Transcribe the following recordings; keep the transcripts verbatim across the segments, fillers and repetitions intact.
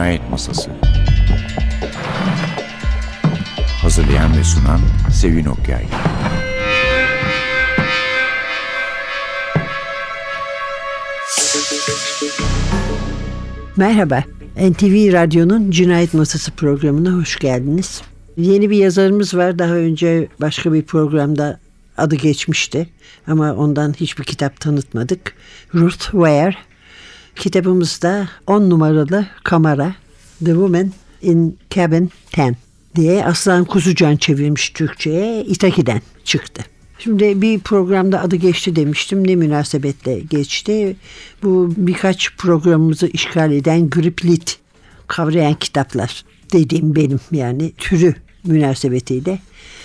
Cinayet Masası. Hazırlayan ve sunan Sevin Okyay. Merhaba, N T V Radyo'nun Cinayet Masası programına hoş geldiniz. Yeni bir yazarımız var. Daha önce başka bir programda adı geçmişti ama ondan hiçbir kitap tanıtmadık. Ruth Ware. Kitabımızda on numaralı kamera, The Woman in Cabin on diye Aslan Kuzucan çevirmiş Türkçe'ye, İtaki'den çıktı. Şimdi bir programda adı geçti demiştim. Ne münasebetle geçti? Bu birkaç programımızı işgal eden griplit kavrayan kitaplar dediğim benim, yani türü münasebetiyle.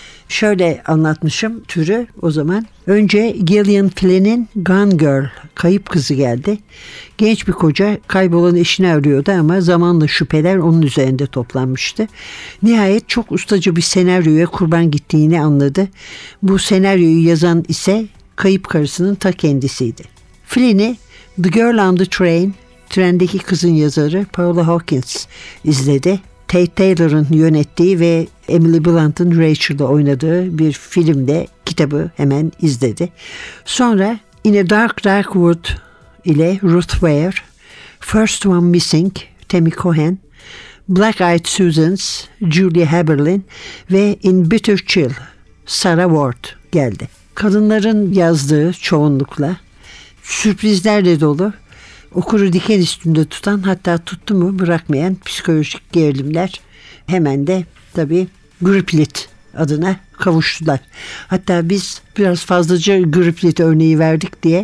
Şöyle anlatmışım türü o zaman. Önce Gillian Flynn'in Gone Girl, kayıp kızı geldi. Genç bir koca kaybolan eşini arıyordu ama zamanla şüpheler onun üzerinde toplanmıştı. Nihayet çok ustaca bir senaryoya kurban gittiğini anladı. Bu senaryoyu yazan ise kayıp karısının ta kendisiydi. Flynn'i The Girl on the Train, trendeki kızın yazarı Paula Hawkins izledi. Tate Taylor'ın yönettiği ve Emily Blunt'ın Rachel'da oynadığı bir filmde kitabı hemen izledi. Sonra In a Dark Dark Wood ile Ruth Ware, First One Missing, Tammy Cohen, Black Eyed Susans, Julia Haberlin ve In Bitter Chill, Sarah Ward geldi. Kadınların yazdığı çoğunlukla sürprizlerle dolu, okuru diken üstünde tutan, hatta tuttu mu bırakmayan psikolojik gerilimler hemen de tabii griplit adına kavuştular. Hatta biz biraz fazlaca griplit örneği verdik diye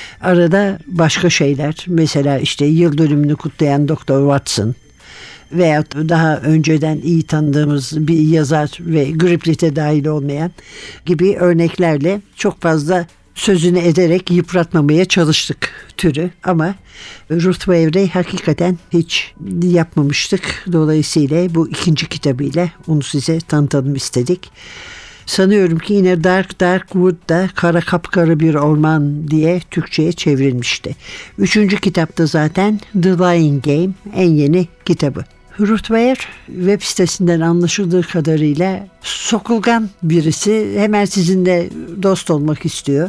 arada başka şeyler, mesela işte yıl dönümünü kutlayan Doktor Watson veya daha önceden iyi tanıdığımız bir yazar ve griplite dahil olmayan gibi örneklerle çok fazla sözünü ederek yıpratmamaya çalıştık türü, ama Ruth Ware'yi hakikaten hiç yapmamıştık. Dolayısıyla bu ikinci kitabıyla onu size tanıtalım istedik. Sanıyorum ki yine Dark Dark Wood'da Kara Kapkara Bir Orman diye Türkçe'ye çevrilmişti. Üçüncü kitapta zaten The Lying Game, en yeni kitabı. Ruth Ware web sitesinden anlaşıldığı kadarıyla sokulgan birisi, hemen sizinle dost olmak istiyor.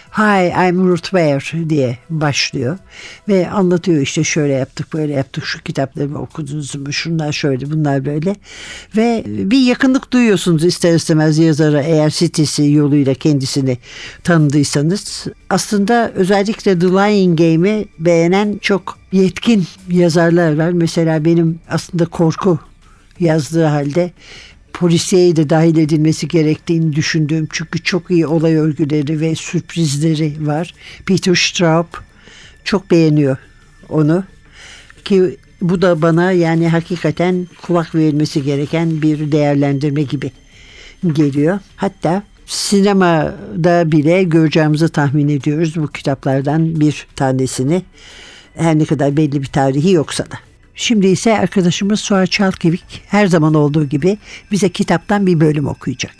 Hi, I'm Ruth Ware diye başlıyor ve anlatıyor, işte şöyle yaptık, böyle yaptık, şu kitaplarımı okudunuz mu, şunlar şöyle, bunlar böyle, ve bir yakınlık duyuyorsunuz ister istemez yazara, eğer sitesi yoluyla kendisini tanıdıysanız. Aslında özellikle The Lying Game'i beğenen çok yetkin yazarlar var. Mesela benim aslında korku yazdığı halde polisiyeyi de dahil edilmesi gerektiğini düşündüğüm, çünkü çok iyi olay örgüleri ve sürprizleri var. Peter Straub çok beğeniyor onu, ki bu da bana yani hakikaten kulak verilmesi gereken bir değerlendirme gibi geliyor. Hatta sinemada bile göreceğimizi tahmin ediyoruz bu kitaplardan bir tanesini, her ne kadar belli bir tarihi yoksa da. Şimdi ise arkadaşımız Suha Çalkevik her zaman olduğu gibi bize kitaptan bir bölüm okuyacak.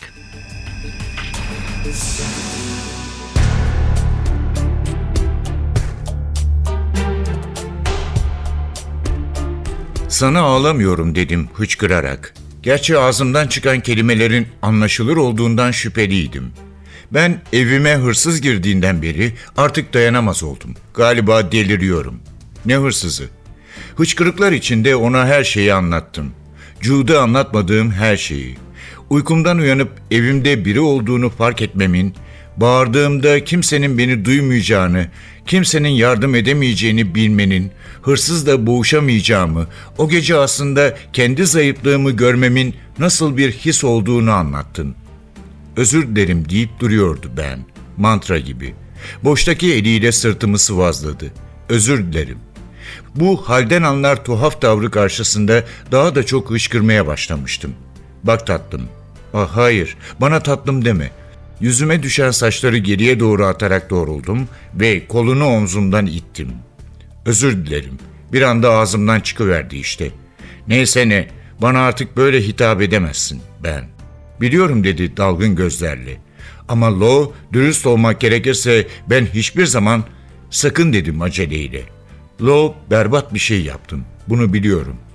Sana ağlamıyorum dedim hıçkırarak. Gerçi ağzımdan çıkan kelimelerin anlaşılır olduğundan şüpheliydim. Ben evime hırsız girdiğinden beri artık dayanamaz oldum. Galiba deliriyorum. Ne hırsızı? Hıçkırıklar içinde ona her şeyi anlattım. Jude'a anlatmadığım her şeyi. Uykumdan uyanıp evimde biri olduğunu fark etmemin, bağırdığımda kimsenin beni duymayacağını, kimsenin yardım edemeyeceğini bilmenin, hırsızla boğuşamayacağımı, o gece aslında kendi zayıflığımı görmemin nasıl bir his olduğunu anlattın. Özür dilerim deyip duruyordu ben, mantra gibi. Boştaki eliyle sırtımı sıvazladı. Özür dilerim. Bu halden anlar tuhaf tavrı karşısında daha da çok hışkırmaya başlamıştım. Bak tatlım. Ah hayır, bana tatlım deme. Yüzüme düşen saçları geriye doğru atarak doğruldum ve kolunu omzumdan ittim. Özür dilerim. Bir anda ağzımdan çıkıverdi işte. Neyse ne, bana artık böyle hitap edemezsin ben. Biliyorum dedi dalgın gözlerle. Ama Lo, dürüst olmak gerekirse ben hiçbir zaman sakın dedim aceleyle. Lo, berbat bir şey yaptın. Bunu biliyorum.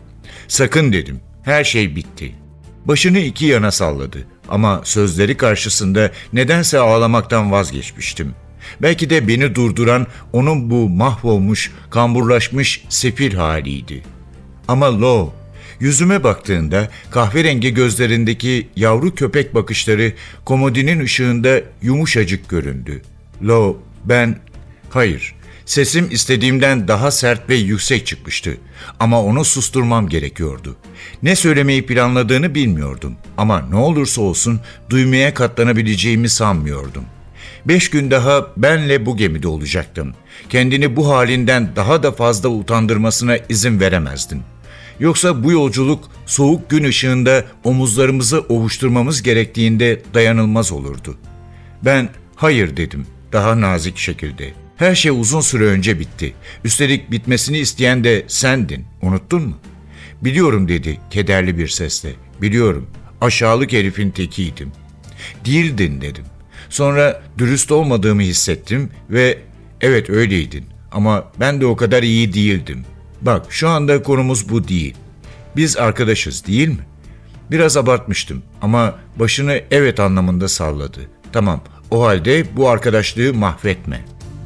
Sakın dedim. Her şey bitti. Başını iki yana salladı ama sözleri karşısında nedense ağlamaktan vazgeçmiştim. Belki de beni durduran onun bu mahvolmuş, kamburlaşmış sefil haliydi. Ama Lo, yüzüme baktığında kahverengi gözlerindeki yavru köpek bakışları komodinin ışığında yumuşacık göründü. Lo, ben... Hayır, sesim istediğimden daha sert ve yüksek çıkmıştı. Ama onu susturmam gerekiyordu. Ne söylemeyi planladığını bilmiyordum. Ama ne olursa olsun duymaya katlanabileceğimi sanmıyordum. Beş gün daha benle bu gemide olacaktım. Kendini bu halinden daha da fazla utandırmasına izin veremezdim. Yoksa bu yolculuk soğuk gün ışığında omuzlarımızı ovuşturmamız gerektiğinde dayanılmaz olurdu. Ben hayır dedim daha nazik şekilde. Her şey uzun süre önce bitti. Üstelik bitmesini isteyen de sendin. Unuttun mu? Biliyorum dedi kederli bir sesle. Biliyorum. Aşağılık herifin tekiydim. Değildin dedim. Sonra dürüst olmadığımı hissettim ve evet öyleydin ama ben de o kadar iyi değildim. Bak şu anda konumuz bu değil. Biz arkadaşız değil mi? Biraz abartmıştım ama başını evet anlamında salladı. Tamam, o halde bu arkadaşlığı mahvetme.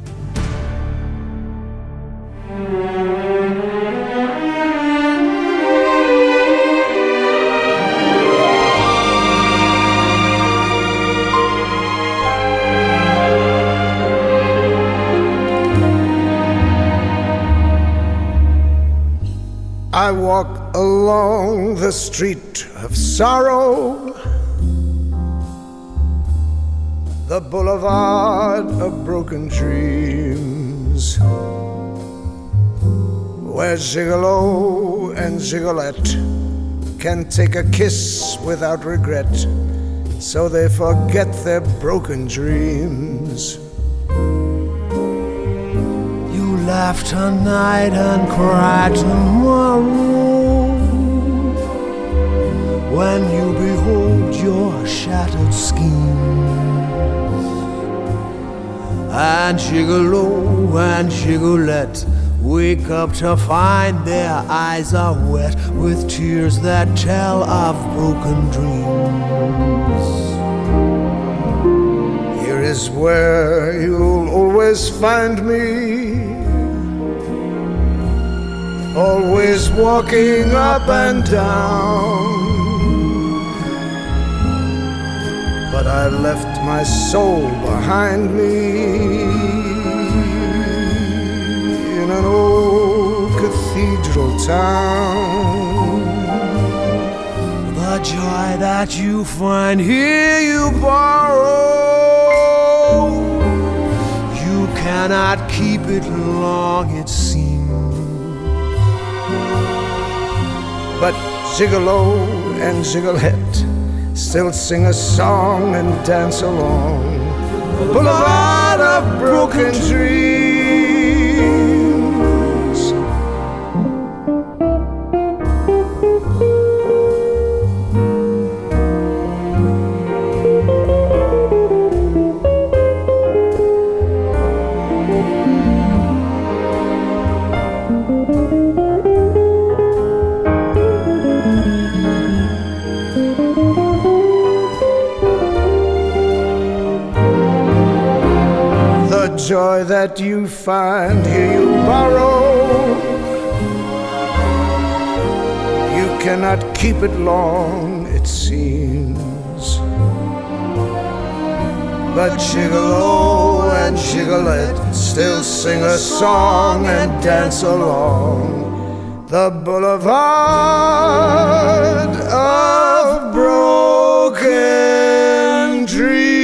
I walk along the street of sorrow, the boulevard of broken dreams, where Gigolo and Gigolette can take a kiss without regret, so they forget their broken dreams. Laugh tonight and cry tomorrow when you behold your shattered schemes. And Gigolo and Gigolette wake up to find their eyes are wet with tears that tell of broken dreams. Here is where you'll always find me, always walking up and down. But I left my soul behind me in an old cathedral town. The joy that you find here you borrow, you cannot keep it long, it seems. But Gigolo and Gigolette still sing a song and dance along the boulevard of broken dreams. Joy that you find here you borrow, you cannot keep it long, it seems. But Gigolo and Gigolette still sing a song and dance along the boulevard of broken dreams.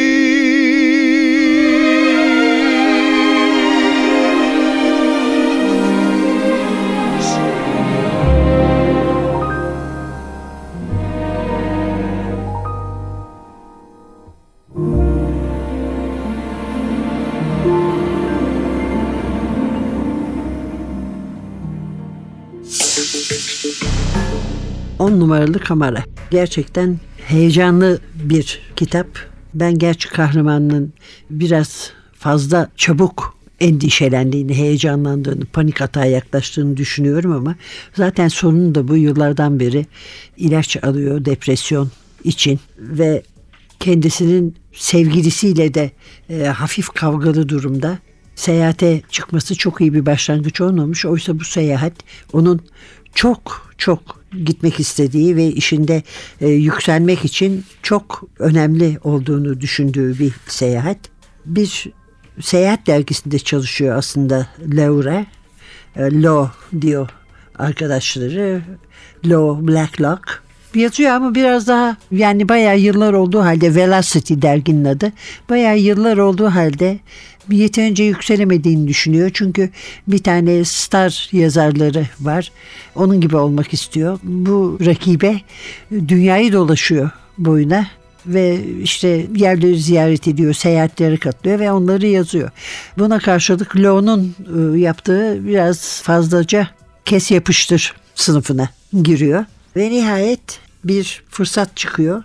On numaralı kamera. Gerçekten heyecanlı bir kitap. Ben gerçi kahramanın biraz fazla çabuk endişelendiğini, heyecanlandığını, panik atağa yaklaştığını düşünüyorum ama zaten sonunda bu yıllardan beri ilaç alıyor depresyon için ve kendisinin sevgilisiyle de e, hafif kavgalı durumda. Seyahate çıkması çok iyi bir başlangıç olmamış. Oysa bu seyahat onun çok çok gitmek istediği ve işinde e, yükselmek için çok önemli olduğunu düşündüğü bir seyahat. Bir seyahat dergisinde çalışıyor aslında Laura. E, Law diyor arkadaşları. Law Blacklock. Yazıyor ama biraz daha, yani bayağı yıllar olduğu halde, Velocity derginin adı, bayağı yıllar olduğu halde yeterince yükselemediğini düşünüyor. Çünkü bir tane star yazarları var. Onun gibi olmak istiyor. Bu rakibe dünyayı dolaşıyor boyuna ve işte yerleri ziyaret ediyor, seyahatlere katılıyor ve onları yazıyor. Buna karşılık Law'nun yaptığı biraz fazlaca kes yapıştır sınıfına giriyor. Ve nihayet bir fırsat çıkıyor.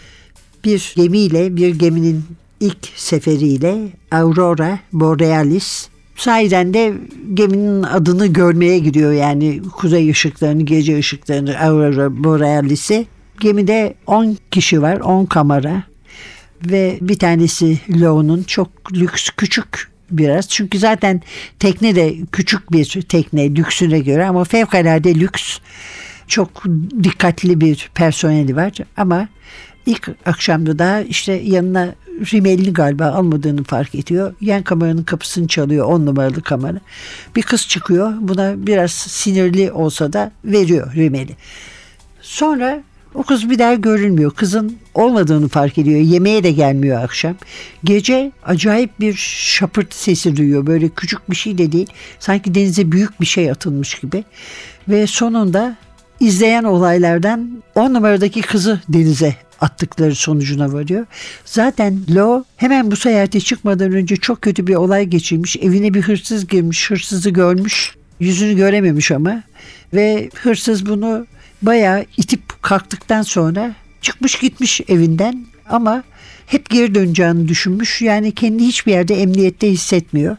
Bir gemiyle, bir geminin ilk seferiyle Aurora Borealis, sahiden de geminin adını görmeye gidiyor. Yani kuzey ışıklarını, gece ışıklarını, Aurora Borealis'i. Gemide on kişi var, on kamera ve bir tanesi Law'nun, çok lüks, küçük biraz. Çünkü zaten tekne de küçük bir tekne lüksüne göre ama fevkalade lüks. Çok dikkatli bir personeli var ama ilk akşamda da işte yanına rimelini galiba almadığını fark ediyor. Yan kameranın kapısını çalıyor, on numaralı kamera. Bir kız çıkıyor, buna biraz sinirli olsa da veriyor rimeli. Sonra o kız bir daha görülmüyor. Kızın olmadığını fark ediyor. Yemeğe de gelmiyor akşam. Gece acayip bir şapırtı sesi duyuyor. Böyle küçük bir şey de değil. Sanki denize büyük bir şey atılmış gibi. Ve sonunda izleyen olaylardan on numaradaki kızı denize attıkları sonucuna varıyor. Zaten Law hemen bu seyahate çıkmadan önce çok kötü bir olay geçirmiş. Evine bir hırsız girmiş, hırsızı görmüş. Yüzünü görememiş ama. Ve hırsız bunu bayağı itip kalktıktan sonra çıkmış gitmiş evinden ama hep geri döneceğini düşünmüş. Yani kendini hiçbir yerde emniyette hissetmiyor.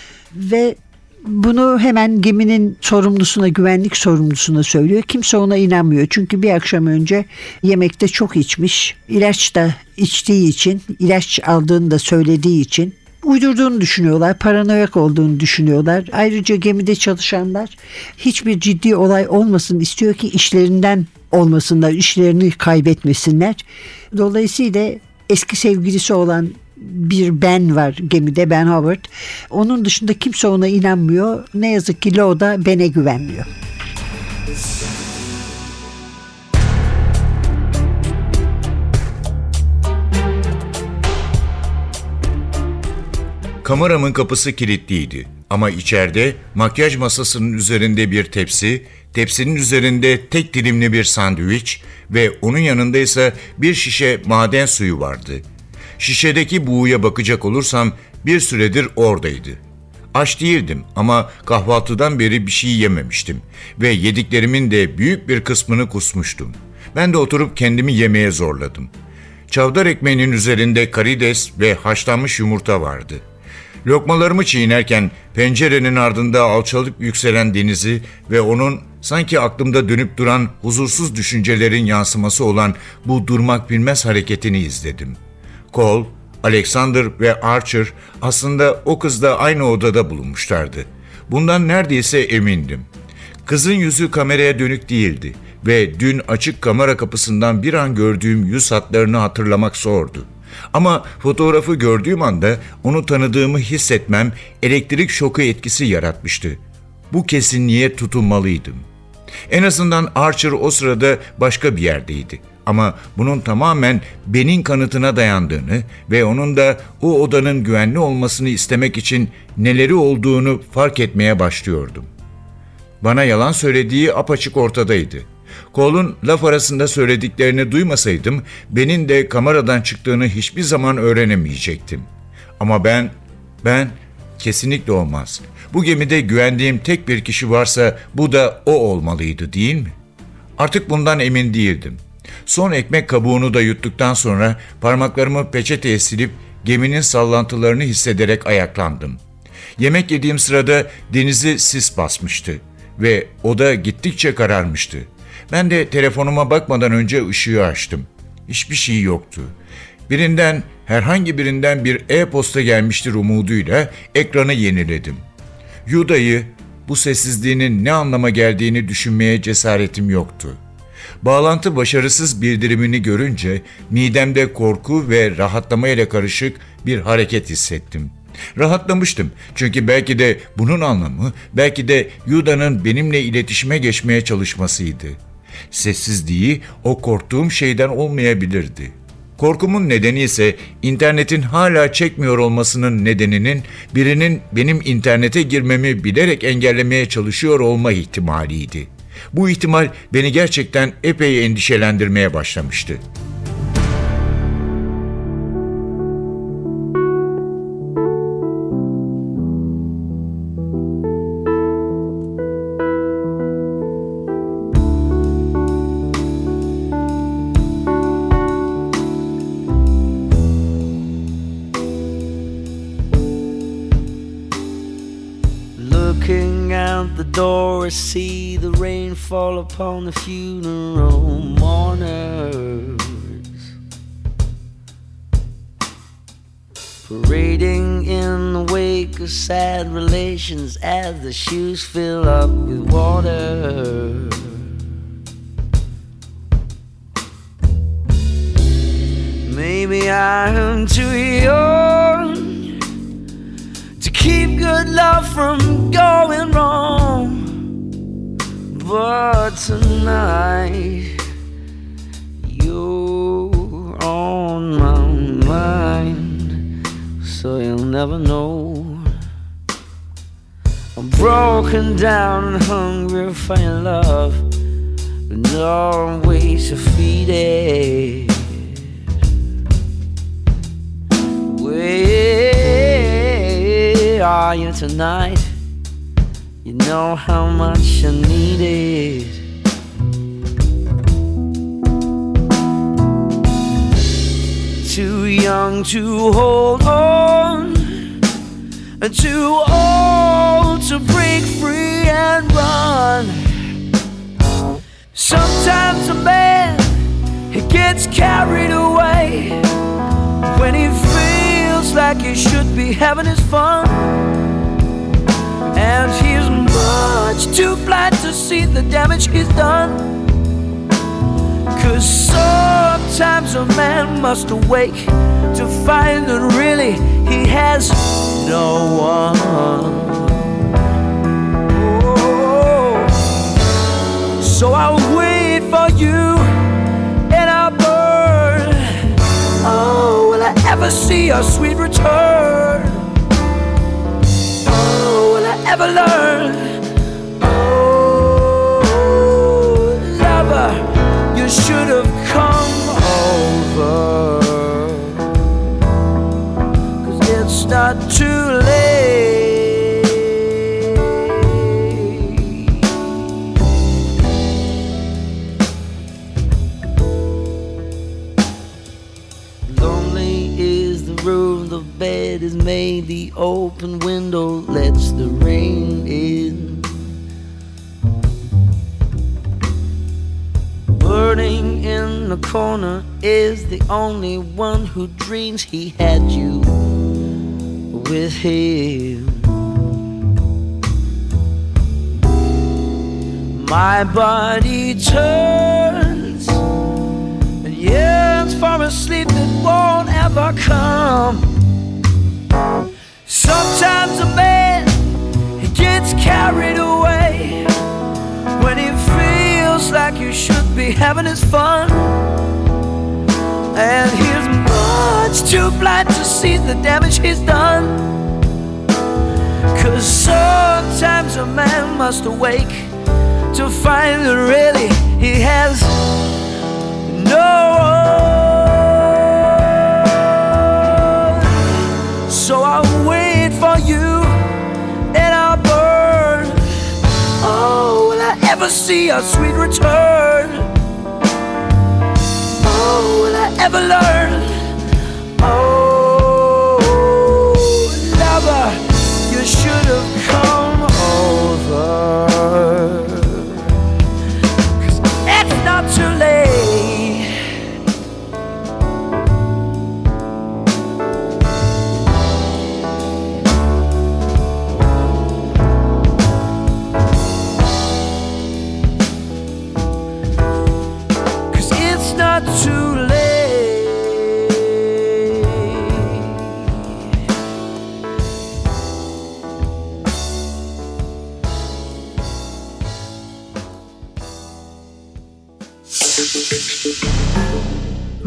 Ve bunu hemen geminin sorumlusuna, güvenlik sorumlusuna söylüyor. Kimse ona inanmıyor. Çünkü bir akşam önce yemekte çok içmiş. İlaç da içtiği için, ilaç aldığını da söylediği için uydurduğunu düşünüyorlar. Paranoyak olduğunu düşünüyorlar. Ayrıca gemide çalışanlar hiçbir ciddi olay olmasın istiyor ki işlerinden olmasınlar, işlerini kaybetmesinler. Dolayısıyla eski sevgilisi olan bir Ben var gemide, Ben Howard. Onun dışında kimse ona inanmıyor. Ne yazık ki Law da Ben'e güvenmiyor. Kameramın kapısı kilitliydi ama içeride makyaj masasının üzerinde bir tepsi, tepsinin üzerinde tek dilimli bir sandviç ve onun yanında ise bir şişe maden suyu vardı. Şişedeki buğuya bakacak olursam bir süredir oradaydı. Aç değildim ama kahvaltıdan beri bir şey yememiştim ve yediklerimin de büyük bir kısmını kusmuştum. Ben de oturup kendimi yemeye zorladım. Çavdar ekmeğinin üzerinde karides ve haşlanmış yumurta vardı. Lokmalarımı çiğnerken pencerenin ardında alçalıp yükselen denizi ve onun sanki aklımda dönüp duran huzursuz düşüncelerin yansıması olan bu durmak bilmez hareketini izledim. Cole, Alexander ve Archer aslında o kızla aynı odada bulunmuşlardı. Bundan neredeyse emindim. Kızın yüzü kameraya dönük değildi ve dün açık kamera kapısından bir an gördüğüm yüz hatlarını hatırlamak zordu. Ama fotoğrafı gördüğüm anda onu tanıdığımı hissetmem elektrik şoku etkisi yaratmıştı. Bu kesinliğe tutunmalıydım. En azından Archer o sırada başka bir yerdeydi. Ama bunun tamamen Ben'in kanıtına dayandığını ve onun da o odanın güvenli olmasını istemek için neleri olduğunu fark etmeye başlıyordum. Bana yalan söylediği apaçık ortadaydı. Cole'un laf arasında söylediklerini duymasaydım, Ben'in de kameradan çıktığını hiçbir zaman öğrenemeyecektim. Ama ben, ben kesinlikle olmaz. Bu gemide güvendiğim tek bir kişi varsa bu da o olmalıydı, değil mi? Artık bundan emin değildim. Son ekmek kabuğunu da yuttuktan sonra parmaklarımı peçeteye silip geminin sallantılarını hissederek ayaklandım. Yemek yediğim sırada denizi sis basmıştı ve oda gittikçe kararmıştı. Ben de telefonuma bakmadan önce ışığı açtım. Hiçbir şey yoktu. Birinden, herhangi birinden bir e-posta gelmiştir umuduyla ekranı yeniledim. Yuda'yı, bu sessizliğinin ne anlama geldiğini düşünmeye cesaretim yoktu. Bağlantı başarısız bildirimini görünce midemde korku ve rahatlamayla karışık bir hareket hissettim. Rahatlamıştım çünkü belki de bunun anlamı, belki de Yuda'nın benimle iletişime geçmeye çalışmasıydı. Sessizliği o korktuğum şeyden olmayabilirdi. Korkumun nedeni ise internetin hala çekmiyor olmasının nedeninin birinin benim internete girmemi bilerek engellemeye çalışıyor olma ihtimaliydi. Bu ihtimal beni gerçekten epey endişelendirmeye başlamıştı. Looking out the door, I see the rain fall upon the funeral mourners, parading in the wake of sad relations as the shoes fill up with water. Maybe I am too young to keep good love from going wrong, but tonight you're on my mind, so you'll never know. I'm broken down and hungry for your love, with no ways to feed it. Where are you tonight? You know how much I need it. Too young to hold on, and too old to break free and run. Sometimes a man, he gets carried away when he feels like he should be having his fun, and he's much too blind to see the damage he's done. 'Cause sometimes a man must awake to find that really he has no one. Oh, so I'll wait for you and I'll burn. Oh, will I ever see your sweet return? Oh, will I ever learn? Oh, lover, you should have come over, 'cause it's not too late. Lonely is the room, the bed is made, the open window lets the rain in. Burning in the corner is the only one who dreams he had you with him. My body turns and yearns for a sleep that won't ever come. Sometimes a man, he gets carried away when he feels like he should be having his fun, and he's much too blind to see the damage he's done. 'Cause sometimes a man must awake to find that really he has no one. So I'll wait for you and I'll burn. Oh, will I ever see a sweet return? Oh, will I ever learn? Oh, lover, you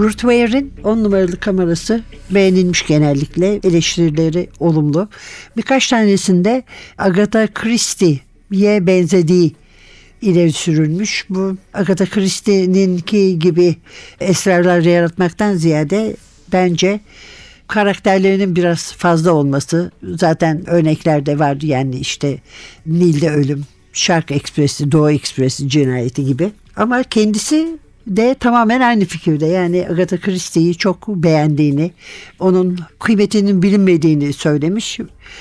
Ruth Ware'in on numaralı kamerası beğenilmiş genellikle. Eleştirileri olumlu. Birkaç tanesinde Agatha Christie'ye benzediği ileri sürülmüş. Bu Agatha Christie'ninki gibi esrarlar yaratmaktan ziyade bence karakterlerinin biraz fazla olması, zaten örneklerde vardı yani işte Nil'de ölüm, Şark Ekspresi, Doğu Ekspresi cinayeti gibi. Ama kendisi de tamamen aynı fikirde. Yani Agatha Christie'yi çok beğendiğini, onun kıymetinin bilinmediğini söylemiş.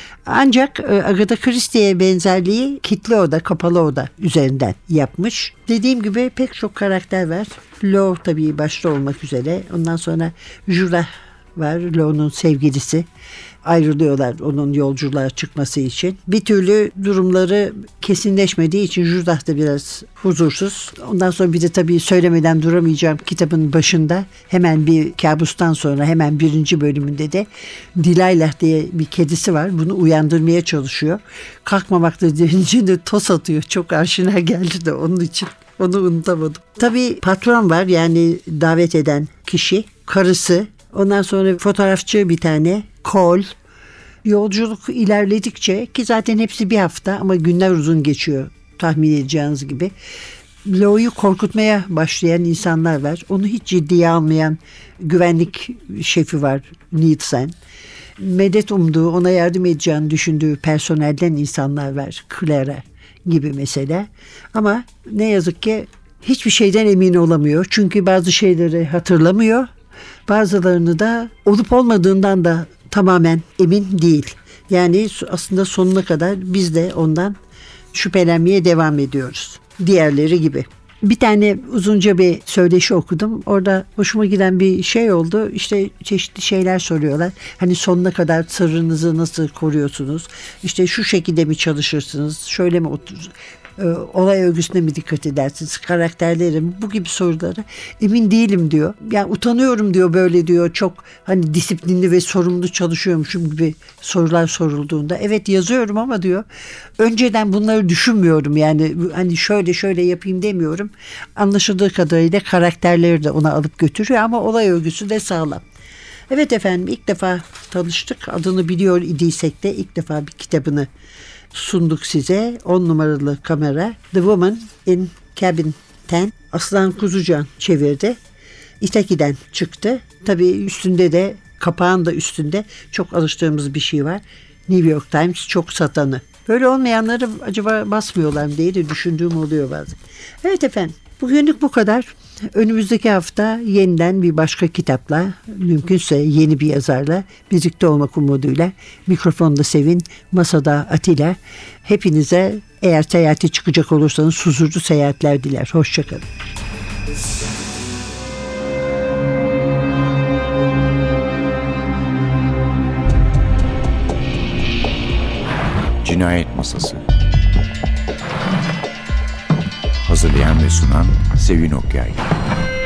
Ancak Agatha Christie'ye benzerliği kilitli oda, kapalı oda üzerinden yapmış. Dediğim gibi pek çok karakter var. Law tabii başta olmak üzere. Ondan sonra Jura var, Law'nun sevgilisi. Ayrılıyorlar onun yolculuğa çıkması için. Bir türlü durumları kesinleşmediği için Judah da biraz huzursuz. Ondan sonra bir de tabii söylemeden duramayacağım, kitabın başında hemen bir kabustan sonra hemen birinci bölümünde de Delilah diye bir kedisi var. Bunu uyandırmaya çalışıyor. Kalkmamakta deyince de toz atıyor. Çok aşina geldi de onun için. Onu unutamadım. Tabii patron var, yani davet eden kişi, karısı. Ondan sonra fotoğrafçı bir tane, Cole. Yolculuk ilerledikçe, ki zaten hepsi bir hafta ama günler uzun geçiyor tahmin edeceğiniz gibi. Law'yu korkutmaya başlayan insanlar var. Onu hiç ciddiye almayan güvenlik şefi var, Nielsen. Medet umduğu, ona yardım edeceğini düşündüğü personelden insanlar var, Clara gibi mesela. Ama ne yazık ki hiçbir şeyden emin olamıyor. Çünkü bazı şeyleri hatırlamıyor. Bazılarını da olup olmadığından da tamamen emin değil. Yani aslında sonuna kadar biz de ondan şüphelenmeye devam ediyoruz. Diğerleri gibi. Bir tane uzunca bir söyleşi okudum. Orada hoşuma giden bir şey oldu. İşte çeşitli şeyler soruyorlar. Hani sonuna kadar sırrınızı nasıl koruyorsunuz? İşte şu şekilde mi çalışırsınız? Şöyle mi oturursunuz? Olay örgüsüne mi dikkat edersiniz? Karakterlerim, bu gibi sorulara emin değilim diyor. Yani utanıyorum diyor, böyle diyor. Çok hani disiplinli ve sorumlu çalışıyormuşum gibi sorular sorulduğunda. Evet yazıyorum ama diyor, önceden bunları düşünmüyorum. Yani hani şöyle şöyle yapayım demiyorum. Anlaşıldığı kadarıyla karakterleri de ona alıp götürüyor ama olay örgüsü de sağlam. Evet efendim, ilk defa tanıştık. Adını biliyor idiysek de ilk defa bir kitabını sunduk size. on numaralı kamera, The Woman in Cabin on. Aslan Kuzucan çevirdi. İtaki'den çıktı. Tabii üstünde de, kapağın da üstünde çok alıştığımız bir şey var. New York Times çok satanı. Böyle olmayanları acaba basmıyorlar mı diye de düşündüğüm oluyor bazen. Evet efendim, bugünlük bu kadar. Önümüzdeki hafta yeniden bir başka kitapla, mümkünse yeni bir yazarla birlikte olmak umuduyla. Mikrofonda Sevin, masada Atilla. Hepinize, eğer seyahate çıkacak olursanız, huzurlu seyahatler diler. Hoşçakalın. Cinayet Masası. Hazırlayan ve sunan Sevin Okyay.